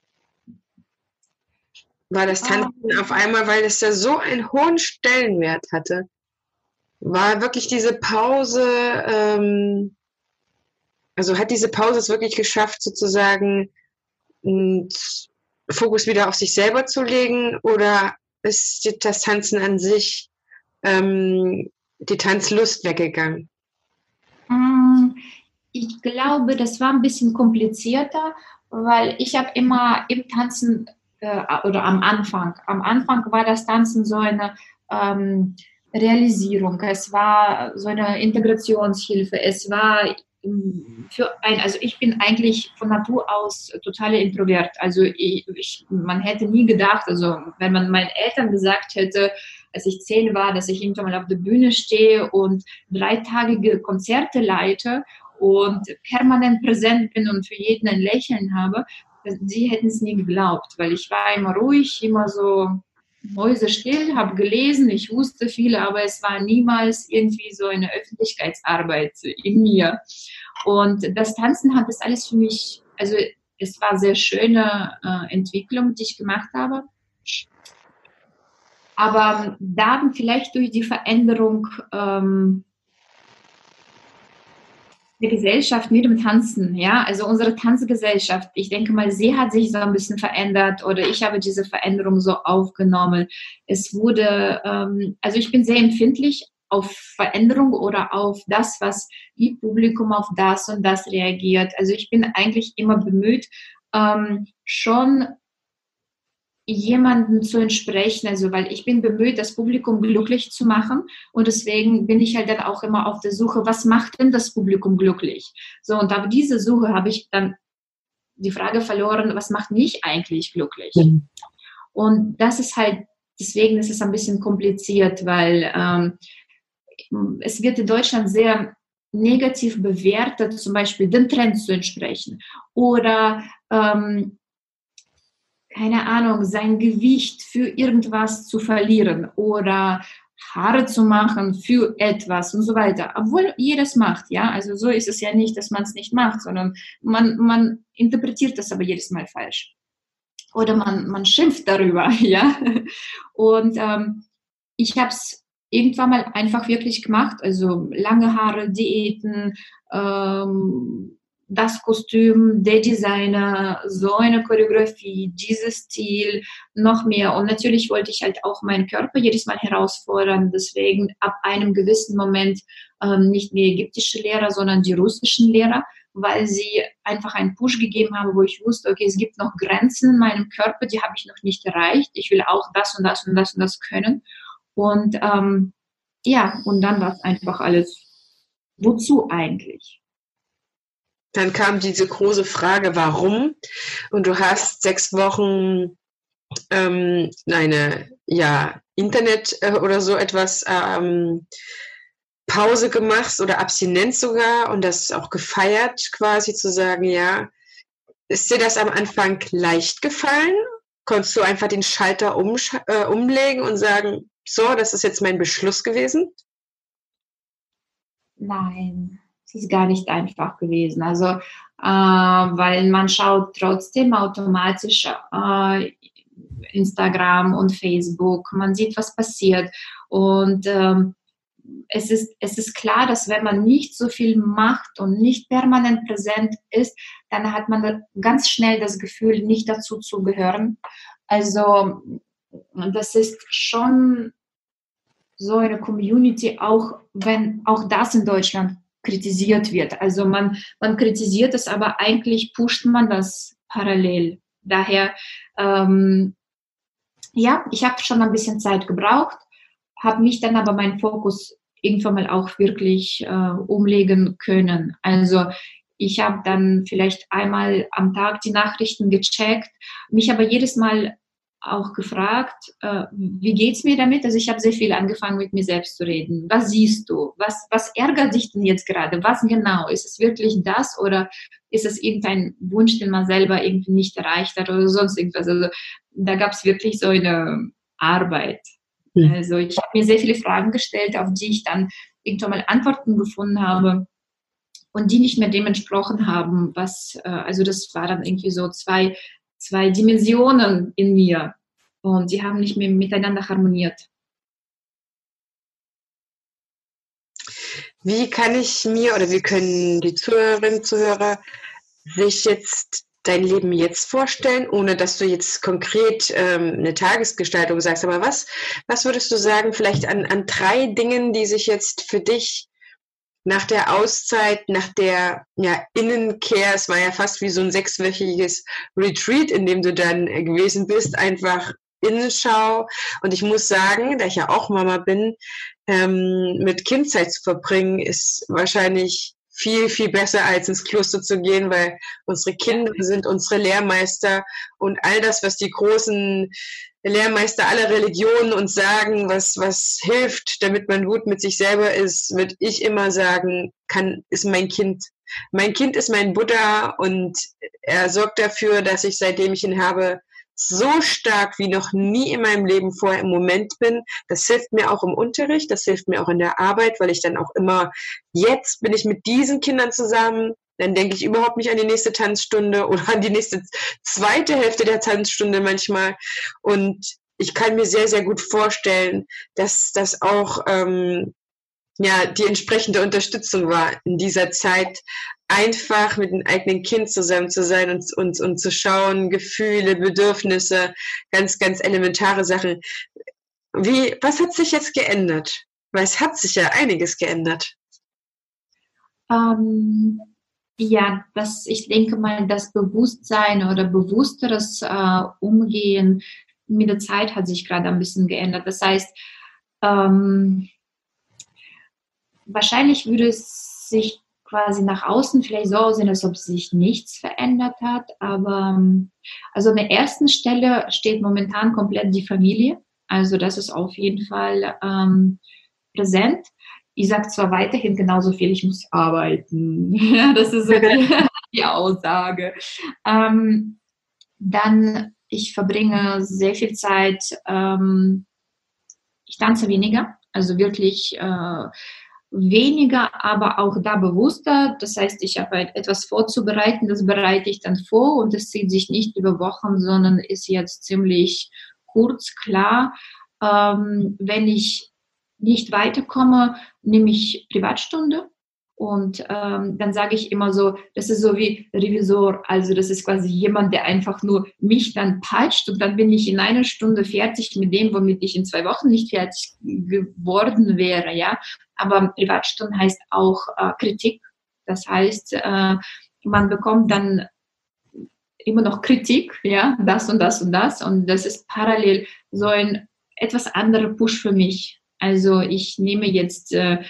War das Tanzen oh. auf einmal, weil es ja so einen hohen Stellenwert hatte? War wirklich diese Pause, ähm, also hat diese Pause es wirklich geschafft, sozusagen einen Fokus wieder auf sich selber zu legen, oder ist das Tanzen an sich, ähm, die Tanzlust weggegangen? Ich glaube, das war ein bisschen komplizierter, weil ich habe immer im Tanzen äh, oder am Anfang, am Anfang war das Tanzen so eine ähm, Realisierung, es war so eine Integrationshilfe, es war für ein, also ich bin eigentlich von Natur aus totaler Introvert, also ich, ich, man hätte nie gedacht, also wenn man meinen Eltern gesagt hätte, als ich zehn war, dass ich irgendwann mal auf der Bühne stehe und dreitagige Konzerte leite und permanent präsent bin und für jeden ein Lächeln habe, sie hätten es nie geglaubt, weil ich war immer ruhig, immer so mäusestill, habe gelesen, ich wusste viel, aber es war niemals irgendwie so eine Öffentlichkeitsarbeit in mir. Und das Tanzen hat das alles für mich, also es war eine sehr schöne äh, Entwicklung, die ich gemacht habe. Aber dann vielleicht durch die Veränderung ähm, der Gesellschaft mit dem Tanzen, ja, also unsere Tanzgesellschaft, ich denke mal, sie hat sich so ein bisschen verändert oder ich habe diese Veränderung so aufgenommen. Es wurde, ähm, also ich bin sehr empfindlich auf Veränderung oder auf das, was ihr Publikum auf das und das reagiert. Also ich bin eigentlich immer bemüht, ähm, schon jemanden zu entsprechen, also weil ich bin bemüht, das Publikum glücklich zu machen und deswegen bin ich halt dann auch immer auf der Suche, was macht denn das Publikum glücklich? So, und auf diese Suche habe ich dann die Frage verloren, was macht mich eigentlich glücklich? Mhm. Und das ist halt, deswegen ist es ein bisschen kompliziert, weil ähm, es wird in Deutschland sehr negativ bewertet, zum Beispiel den Trend zu entsprechen oder ähm, keine Ahnung, sein Gewicht für irgendwas zu verlieren oder Haare zu machen für etwas und so weiter. Obwohl jedes macht, ja. Also so ist es ja nicht, dass man es nicht macht, sondern man, man interpretiert das aber jedes Mal falsch. Oder man, man schimpft darüber, ja. Und ähm, ich habe es irgendwann mal einfach wirklich gemacht. Also lange Haare, Diäten, ähm, das Kostüm, der Designer, so eine Choreografie, dieses Stil, noch mehr. Und natürlich wollte ich halt auch meinen Körper jedes Mal herausfordern. Deswegen ab einem gewissen Moment ähm, nicht mehr ägyptische Lehrer, sondern die russischen Lehrer, weil sie einfach einen Push gegeben haben, wo ich wusste, okay, es gibt noch Grenzen in meinem Körper, die habe ich noch nicht erreicht. Ich will auch das und das und das und das können. Und ähm, ja, und dann war es einfach alles, wozu eigentlich? Dann kam diese große Frage, warum? Und du hast sechs Wochen ähm, eine ja, Internet äh, oder so etwas ähm, Pause gemacht oder Abstinenz sogar und das auch gefeiert, quasi zu sagen, ja, ist dir das am Anfang leicht gefallen? Konntest du einfach den Schalter umsch- äh, umlegen und sagen, so, das ist jetzt mein Beschluss gewesen? Nein. Es ist gar nicht einfach gewesen. Also, äh, weil man schaut trotzdem automatisch äh, Instagram und Facebook, man sieht, was passiert. Und ähm, es ist, es ist klar, dass wenn man nicht so viel macht und nicht permanent präsent ist, dann hat man ganz schnell das Gefühl, nicht dazu zu gehören. Also, das ist schon so eine Community, auch wenn auch das in Deutschland kritisiert wird. Also man, man kritisiert es, aber eigentlich pusht man das parallel. Daher, ähm, ja, ich habe schon ein bisschen Zeit gebraucht, habe mich dann aber meinen Fokus irgendwann mal auch wirklich äh, umlegen können. Also ich habe dann vielleicht einmal am Tag die Nachrichten gecheckt, mich aber jedes Mal auch gefragt, äh, wie geht's mir damit? Also ich habe sehr viel angefangen, mit mir selbst zu reden. Was siehst du? Was, was ärgert dich denn jetzt gerade? Was genau? Ist es wirklich das oder ist es irgendein Wunsch, den man selber irgendwie nicht erreicht hat oder sonst irgendwas? Also da gab es wirklich so eine Arbeit. Mhm. Also ich habe mir sehr viele Fragen gestellt, auf die ich dann irgendwann mal Antworten gefunden habe und die nicht mehr dem entsprochen haben, was, äh, also das war dann irgendwie so zwei zwei Dimensionen in mir und die haben nicht mehr miteinander harmoniert. Wie kann ich mir oder wie können die Zuhörerinnen und Zuhörer sich jetzt dein Leben jetzt vorstellen, ohne dass du jetzt konkret ähm, eine Tagesgestaltung sagst, aber was, was würdest du sagen, vielleicht an, an drei Dingen, die sich jetzt für dich nach der Auszeit, nach der ja, Innenkehr, es war ja fast wie so ein sechswöchiges Retreat, in dem du dann gewesen bist, einfach Innenschau. Und ich muss sagen, da ich ja auch Mama bin, ähm, mit Kindzeit zu verbringen, ist wahrscheinlich viel, viel besser, als ins Kloster zu gehen, weil unsere Kinder sind unsere Lehrmeister und all das, was die großen Lehrmeister aller Religionen uns sagen, was, was hilft, damit man gut mit sich selber ist, würde ich immer sagen, kann, ist mein Kind. Mein Kind ist mein Buddha und er sorgt dafür, dass ich, seitdem ich ihn habe, so stark wie noch nie in meinem Leben vorher im Moment bin. Das hilft mir auch im Unterricht, das hilft mir auch in der Arbeit, weil ich dann auch immer, jetzt bin ich mit diesen Kindern zusammen, dann denke ich überhaupt nicht an die nächste Tanzstunde oder an die nächste zweite Hälfte der Tanzstunde manchmal. Und ich kann mir sehr, sehr gut vorstellen, dass das auch ähm, ja, die entsprechende Unterstützung war in dieser Zeit, einfach mit dem eigenen Kind zusammen zu sein und, und, und zu schauen, Gefühle, Bedürfnisse, ganz, ganz elementare Sachen. Wie, was hat sich jetzt geändert? Weil es hat sich ja einiges geändert. Ähm, ja, das, ich denke mal, das Bewusstsein oder bewussteres äh, Umgehen mit der Zeit hat sich gerade ein bisschen geändert. Das heißt, ähm, wahrscheinlich würde es sich quasi nach außen vielleicht so aussehen, als ob sich nichts verändert hat. Aber also an der ersten Stelle steht momentan komplett die Familie. Also das ist auf jeden Fall ähm, präsent. Ich sage zwar weiterhin genauso viel, ich muss arbeiten. Ja, das ist so die, die Aussage. Ähm, dann, ich verbringe sehr viel Zeit, ähm, ich tanze weniger, also wirklich äh, weniger, aber auch da bewusster. Das heißt, ich habe halt etwas vorzubereiten, das bereite ich dann vor und es zieht sich nicht über Wochen, sondern ist jetzt ziemlich kurz, klar. Ähm, wenn ich nicht weiterkomme, nehme ich Privatstunde und ähm, dann sage ich immer so, das ist so wie Revisor, also das ist quasi jemand, der einfach nur mich dann peitscht und dann bin ich in einer Stunde fertig mit dem, womit ich in zwei Wochen nicht fertig geworden wäre, ja. Aber Privatstunde heißt auch äh, Kritik, das heißt, äh, man bekommt dann immer noch Kritik, ja, das und das und das und das ist parallel so ein etwas anderer Push für mich. Also ich nehme jetzt äh,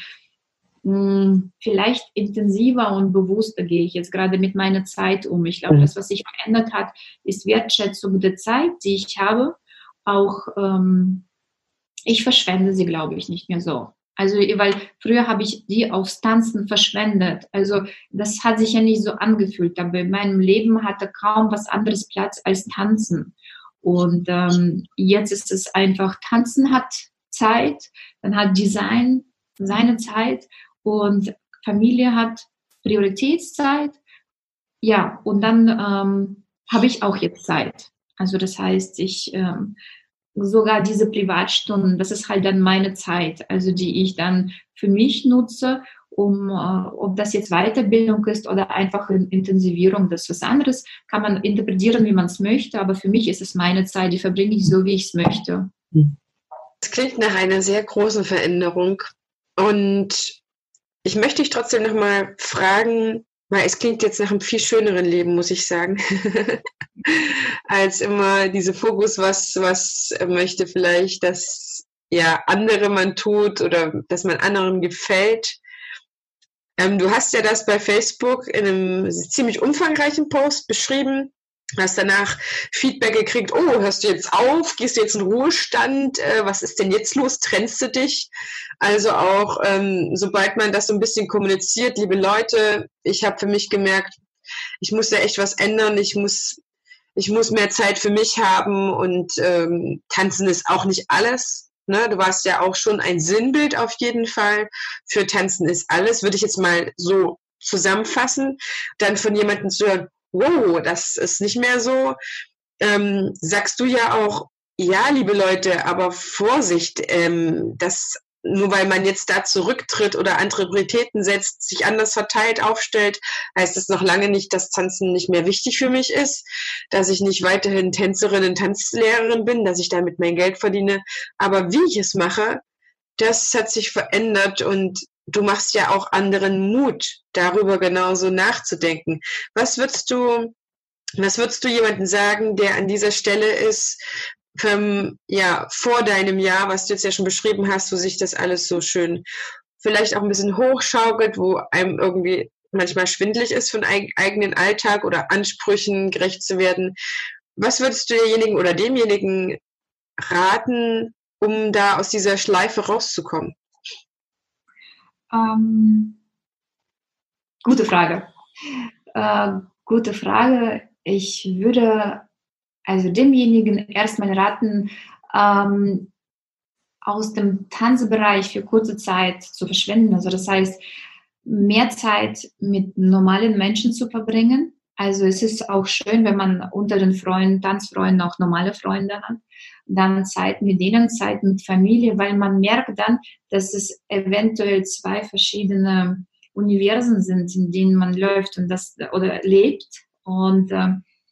mh, vielleicht intensiver und bewusster gehe ich jetzt gerade mit meiner Zeit um. Ich glaube, das, was sich verändert hat, ist Wertschätzung der Zeit, die ich habe. Auch ähm, ich verschwende sie, glaube ich, nicht mehr so. Also, weil früher habe ich die aufs Tanzen verschwendet. Also, das hat sich ja nicht so angefühlt. Aber in meinem Leben hatte kaum was anderes Platz als Tanzen. Und ähm, jetzt ist es einfach, Tanzen hat Zeit, dann hat Design seine Zeit und Familie hat Prioritätszeit. Ja, und dann ähm, habe ich auch jetzt Zeit. Also, das heißt, ich... Ähm, sogar diese Privatstunden, das ist halt dann meine Zeit, also die ich dann für mich nutze, um, äh, ob das jetzt Weiterbildung ist oder einfach Intensivierung, das ist was anderes, kann man interpretieren, wie man es möchte, aber für mich ist es meine Zeit, die verbringe ich so, wie ich es möchte. Das klingt nach einer sehr großen Veränderung und ich möchte dich trotzdem nochmal fragen, weil es klingt jetzt nach einem viel schöneren Leben, muss ich sagen, als immer diese Fokus, was, was möchte vielleicht, dass ja, andere man tut oder dass man anderen gefällt. Ähm, du hast ja das bei Facebook in einem ziemlich umfangreichen Post beschrieben, hast danach Feedback gekriegt, oh, hörst du jetzt auf, gehst du jetzt in Ruhestand, äh, was ist denn jetzt los, trennst du dich? Also auch, ähm, sobald man das so ein bisschen kommuniziert, liebe Leute, ich habe für mich gemerkt, ich muss da echt was ändern, ich muss, ich muss mehr Zeit für mich haben und ähm, tanzen ist auch nicht alles. Ne? Du warst ja auch schon ein Sinnbild auf jeden Fall. Für Tanzen ist alles, würde ich jetzt mal so zusammenfassen. Dann von jemandem zu hören, wow, das ist nicht mehr so. Ähm, sagst du ja auch, ja, liebe Leute, aber Vorsicht, ähm, das nur weil man jetzt da zurücktritt oder andere Prioritäten setzt, sich anders verteilt aufstellt, heißt das noch lange nicht, dass Tanzen nicht mehr wichtig für mich ist, dass ich nicht weiterhin Tänzerin und Tanzlehrerin bin, dass ich damit mein Geld verdiene. Aber wie ich es mache, das hat sich verändert und du machst ja auch anderen Mut, darüber genauso nachzudenken. Was würdest du, was würdest du jemandem sagen, der an dieser Stelle ist, ähm, ja, vor deinem Jahr, was du jetzt ja schon beschrieben hast, wo sich das alles so schön vielleicht auch ein bisschen hochschaukelt, wo einem irgendwie manchmal schwindelig ist von eig- eigenen Alltag oder Ansprüchen gerecht zu werden. Was würdest du derjenigen oder demjenigen raten, um da aus dieser Schleife rauszukommen? Ähm, gute Frage. Äh, gute Frage. Ich würde also demjenigen erstmal raten, ähm, aus dem Tanzbereich für kurze Zeit zu verschwinden. Also das heißt, mehr Zeit mit normalen Menschen zu verbringen. Also es ist auch schön, wenn man unter den Freunden, Tanzfreunden auch normale Freunde hat. Dann Zeit mit denen, Zeit mit Familie, weil man merkt dann, dass es eventuell zwei verschiedene Universen sind, in denen man läuft und das oder lebt. Und äh,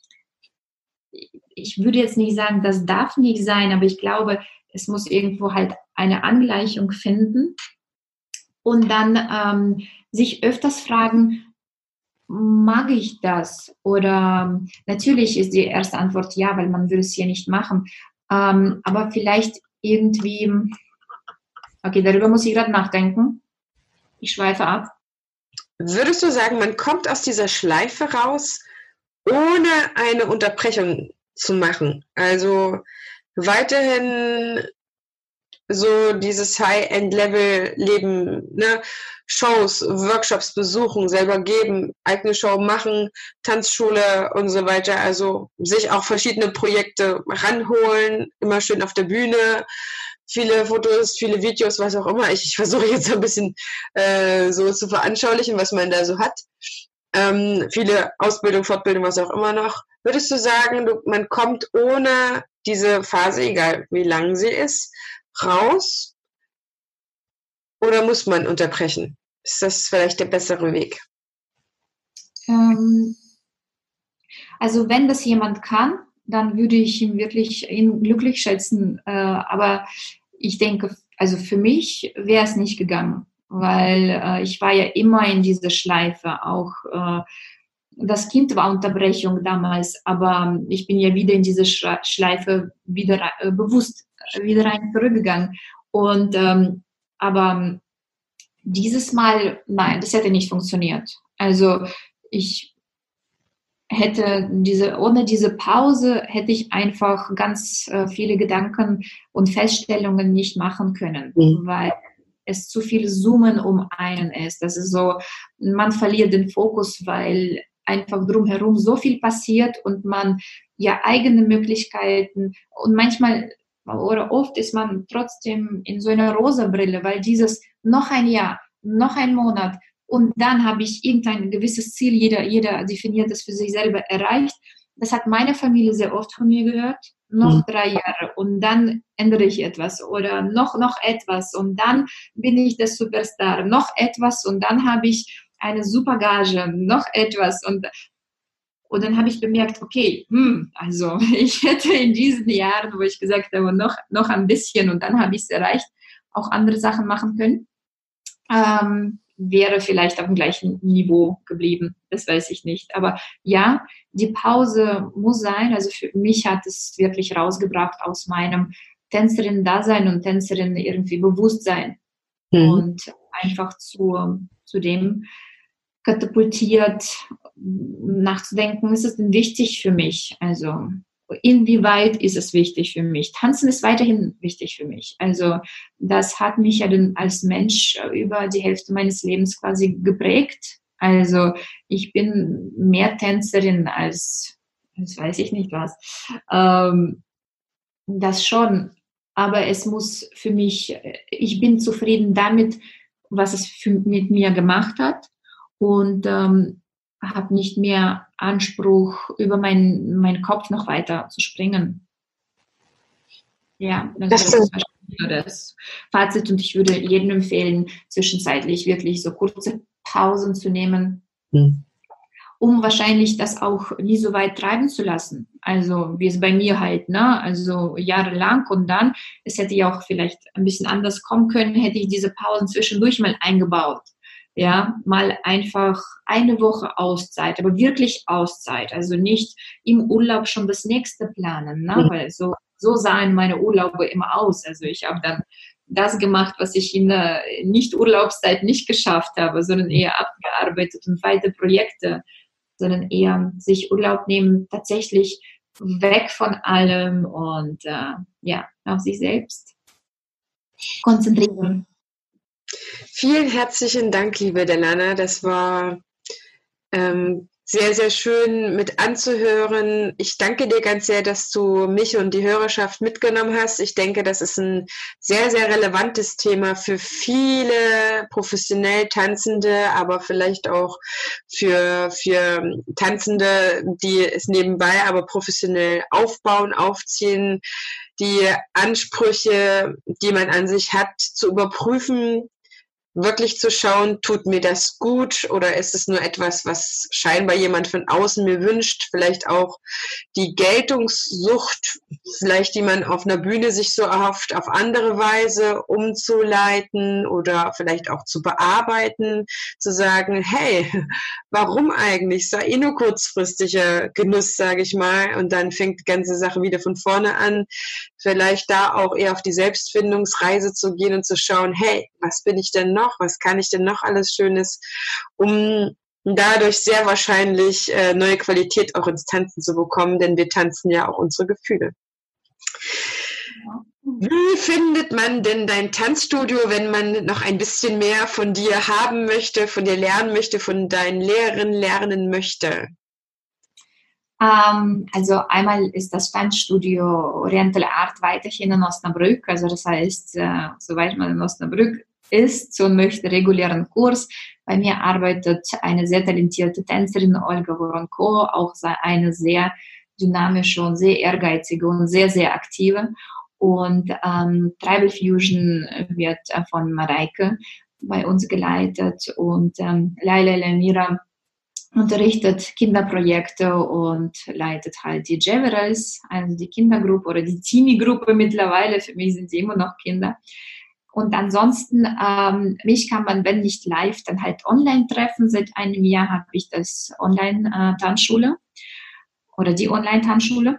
ich würde jetzt nicht sagen, das darf nicht sein, aber ich glaube, es muss irgendwo halt eine Angleichung finden und dann ähm, sich öfters fragen, mag ich das? Oder natürlich ist die erste Antwort ja, weil man will es ja nicht machen, ähm, aber vielleicht irgendwie, okay, darüber muss ich gerade nachdenken. Ich schweife ab. Würdest du sagen, man kommt aus dieser Schleife raus, ohne eine Unterbrechung zu machen? Also weiterhin so dieses High-End-Level-Leben, ne? Shows, Workshops besuchen, selber geben, eigene Show machen, Tanzschule und so weiter. Also sich auch verschiedene Projekte ranholen, immer schön auf der Bühne, viele Fotos, viele Videos, was auch immer. Ich, ich versuche jetzt ein bisschen äh, so zu veranschaulichen, was man da so hat. Ähm, viele Ausbildung, Fortbildung, was auch immer noch. Würdest du sagen, du, man kommt ohne diese Phase, egal wie lang sie ist, raus? Oder muss man unterbrechen? Ist das vielleicht der bessere Weg? Ähm, also wenn das jemand kann, dann würde ich ihn wirklich ihn glücklich schätzen. Äh, aber ich denke, also für mich wäre es nicht gegangen, weil äh, ich war ja immer in dieser Schleife. Auch äh, das Kind war Unterbrechung damals, aber ich bin ja wieder in diese Schleife wieder äh, bewusst wieder rein zurückgegangen. Und ähm, aber dieses Mal, nein, das hätte nicht funktioniert. Also ich hätte diese, ohne diese Pause hätte ich einfach ganz äh, viele Gedanken und Feststellungen nicht machen können, mhm. weil es zu viel Zoomen um einen ist. Das ist so, man verliert den Fokus, weil einfach drumherum so viel passiert und man ja eigene Möglichkeiten und manchmal oder oft ist man trotzdem in so einer rosa Brille, weil dieses noch ein Jahr, noch ein Monat und dann habe ich irgendein gewisses Ziel, jeder, jeder definiert das für sich selber erreicht. Das hat meine Familie sehr oft von mir gehört. Noch mhm. drei Jahre und dann ändere ich etwas oder noch, noch etwas und dann bin ich der Superstar. Noch etwas und dann habe ich eine super Gage, noch etwas und Und dann habe ich bemerkt, okay, hm, also ich hätte in diesen Jahren, wo ich gesagt habe, noch, noch ein bisschen und dann habe ich es erreicht, auch andere Sachen machen können, ähm, wäre vielleicht auf dem gleichen Niveau geblieben. Das weiß ich nicht. Aber ja, die Pause muss sein. Also für mich hat es wirklich rausgebracht aus meinem Tänzerin-Dasein und Tänzerin irgendwie Bewusstsein mhm. und einfach zu, zu dem katapultiert, nachzudenken, ist es denn wichtig für mich? Also inwieweit ist es wichtig für mich? Tanzen ist weiterhin wichtig für mich. Also das hat mich ja dann als Mensch über die Hälfte meines Lebens quasi geprägt. Also ich bin mehr Tänzerin als, das weiß ich nicht was, ähm, das schon. Aber es muss für mich, ich bin zufrieden damit, was es für, mit mir gemacht hat und ähm, habe nicht mehr Anspruch, über meinen mein Kopf noch weiter zu springen. Ja, also das, das ist wahrscheinlich das Fazit und ich würde jedem empfehlen, zwischenzeitlich wirklich so kurze Pausen zu nehmen, hm. um wahrscheinlich das auch nie so weit treiben zu lassen. Also wie es bei mir halt, ne? Also jahrelang und dann, es hätte ja auch vielleicht ein bisschen anders kommen können, hätte ich diese Pausen zwischendurch mal eingebaut. Ja, mal einfach eine Woche Auszeit, aber wirklich Auszeit. Also nicht im Urlaub schon das nächste planen, ne? Mhm. Weil so, so sahen meine Urlaube immer aus. Also ich habe dann das gemacht, was ich in der Nicht-Urlaubszeit nicht geschafft habe, sondern eher abgearbeitet und weite Projekte, sondern eher sich Urlaub nehmen, tatsächlich weg von allem und äh, ja, auf sich selbst konzentrieren. Vielen herzlichen Dank, liebe Delana. Das war ähm, sehr, sehr schön mit anzuhören. Ich danke dir ganz sehr, dass du mich und die Hörerschaft mitgenommen hast. Ich denke, das ist ein sehr, sehr relevantes Thema für viele professionell Tanzende, aber vielleicht auch für, für Tanzende, die es nebenbei aber professionell aufbauen, aufziehen, die Ansprüche, die man an sich hat, zu überprüfen, wirklich zu schauen, tut mir das gut oder ist es nur etwas, was scheinbar jemand von außen mir wünscht, vielleicht auch die Geltungssucht, vielleicht die man auf einer Bühne sich so erhofft, auf andere Weise umzuleiten oder vielleicht auch zu bearbeiten, zu sagen, hey, warum eigentlich? Sei eh nur kurzfristiger Genuss, sage ich mal, und dann fängt die ganze Sache wieder von vorne an. Vielleicht da auch eher auf die Selbstfindungsreise zu gehen und zu schauen, hey, was bin ich denn noch? Was kann ich denn noch alles Schönes, um dadurch sehr wahrscheinlich äh, neue Qualität auch ins Tanzen zu bekommen, denn wir tanzen ja auch unsere Gefühle. Wie findet man denn dein Tanzstudio, wenn man noch ein bisschen mehr von dir haben möchte, von dir lernen möchte, von deinen Lehrerinnen lernen möchte? Um, also einmal ist das Tanzstudio Oriental Art weiterhin in Osnabrück, also das heißt, äh, soweit man in Osnabrück ist und möchte regulären Kurs. Bei mir arbeitet eine sehr talentierte Tänzerin, Olga Voronko, auch eine sehr dynamische und sehr ehrgeizige und sehr, sehr aktive. Und ähm, Tribal Fusion wird äh, von Mareike bei uns geleitet und ähm, Laila Lamira unterrichtet Kinderprojekte und leitet halt die Jeverals, also die Kindergruppe oder die Teenie-Gruppe mittlerweile. Für mich sind sie immer noch Kinder. Und ansonsten, ähm, mich kann man, wenn nicht live, dann halt online treffen. Seit einem Jahr habe ich das Online-Tanzschule oder die Online-Tanzschule.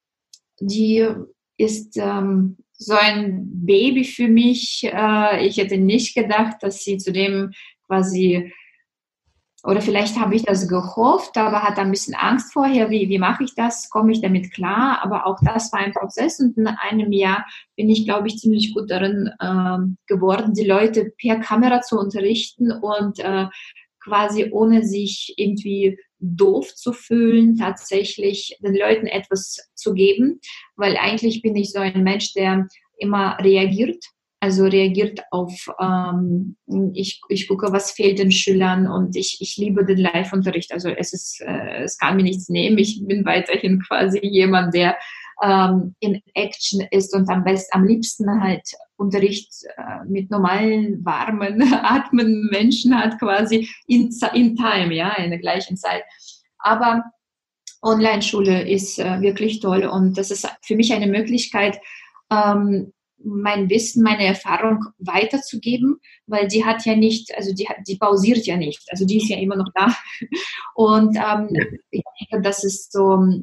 Die ist ähm, so ein Baby für mich. Äh, ich hätte nicht gedacht, dass sie zu dem quasi, oder vielleicht habe ich das gehofft, aber hatte ein bisschen Angst vorher, wie, wie mache ich das, komme ich damit klar, aber auch das war ein Prozess und in einem Jahr bin ich, glaube ich, ziemlich gut darin äh, geworden, die Leute per Kamera zu unterrichten und äh, quasi ohne sich irgendwie doof zu fühlen, tatsächlich den Leuten etwas zu geben, weil eigentlich bin ich so ein Mensch, der immer reagiert. Also reagiert auf, ähm, ich, ich gucke, was fehlt den Schülern und ich, ich liebe den Live-Unterricht. Also es ist, äh, es kann mir nichts nehmen. Ich bin weiterhin quasi jemand, der ähm, in Action ist und am besten, am liebsten halt Unterricht äh, mit normalen, warmen, atmenden Menschen hat quasi in, in time, ja, in der gleichen Zeit. Aber Online-Schule ist äh, wirklich toll und das ist für mich eine Möglichkeit, ähm, mein Wissen, meine Erfahrung weiterzugeben, weil die hat ja nicht, also die, die pausiert ja nicht, also die ist ja immer noch da. Und ähm, ich denke, das ist so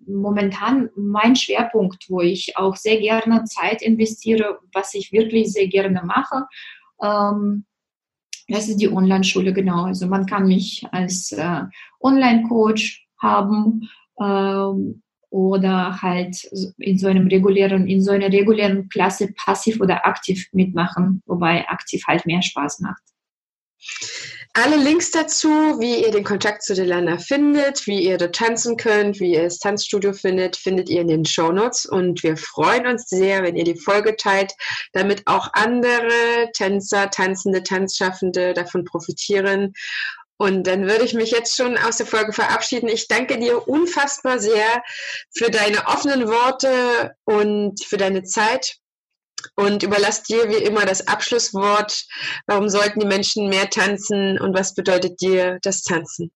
momentan mein Schwerpunkt, wo ich auch sehr gerne Zeit investiere, was ich wirklich sehr gerne mache. Ähm, das ist die Online-Schule, genau. Also man kann mich als äh, Online-Coach haben ähm, oder halt in so einem regulären, in so einer regulären Klasse passiv oder aktiv mitmachen, wobei aktiv halt mehr Spaß macht. Alle Links dazu, wie ihr den Kontakt zu Delana findet, wie ihr dort tanzen könnt, wie ihr das Tanzstudio findet, findet ihr in den Shownotes. Und wir freuen uns sehr, wenn ihr die Folge teilt, damit auch andere Tänzer, Tanzende, Tanzschaffende davon profitieren. Und dann würde ich mich jetzt schon aus der Folge verabschieden. Ich danke dir unfassbar sehr für deine offenen Worte und für deine Zeit. Und überlasse dir wie immer das Abschlusswort. Warum sollten die Menschen mehr tanzen und was bedeutet dir das Tanzen?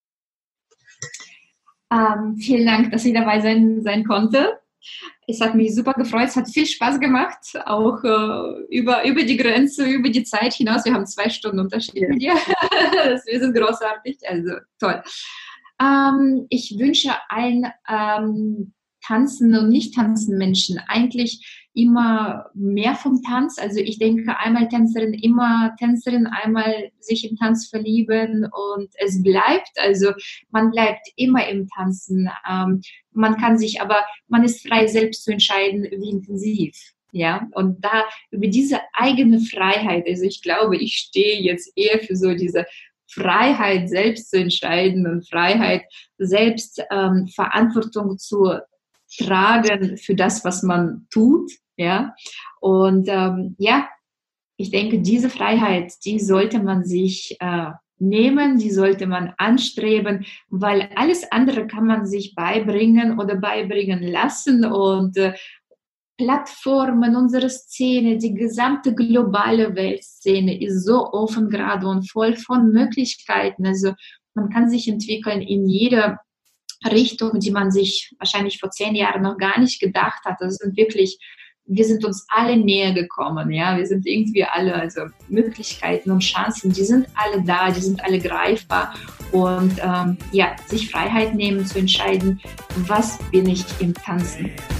Ähm, vielen Dank, dass ich dabei sein, sein konnte. Es hat mich super gefreut, es hat viel Spaß gemacht, auch äh, über, über die Grenze, über die Zeit hinaus. Wir haben zwei Stunden Unterschied ja. mit dir. Wir sind großartig, also toll. Ähm, ich wünsche allen ähm, tanzenden und nicht tanzenden Menschen eigentlich immer mehr vom Tanz. Also ich denke, einmal Tänzerin, immer Tänzerin, einmal sich im Tanz verlieben und es bleibt. Also man bleibt immer im Tanzen. Ähm, man kann sich aber, man ist frei, selbst zu entscheiden, wie intensiv. Ja, und da über diese eigene Freiheit, also ich glaube, ich stehe jetzt eher für so diese Freiheit, selbst zu entscheiden und Freiheit, selbst ähm, Verantwortung zu tragen für das, was man tut, ja, und ähm, ja, ich denke, diese Freiheit, die sollte man sich äh, nehmen, die sollte man anstreben, weil alles andere kann man sich beibringen oder beibringen lassen und äh, Plattformen, unsere Szene, die gesamte globale Weltszene ist so offen gerade und voll von Möglichkeiten, also man kann sich entwickeln in jeder Richtung, die man sich wahrscheinlich vor zehn Jahren noch gar nicht gedacht hat. Das sind wirklich, wir sind uns alle näher gekommen, ja, wir sind irgendwie alle, also Möglichkeiten und Chancen, die sind alle da, die sind alle greifbar und ähm, ja, sich Freiheit nehmen zu entscheiden, was bin ich im Tanzen.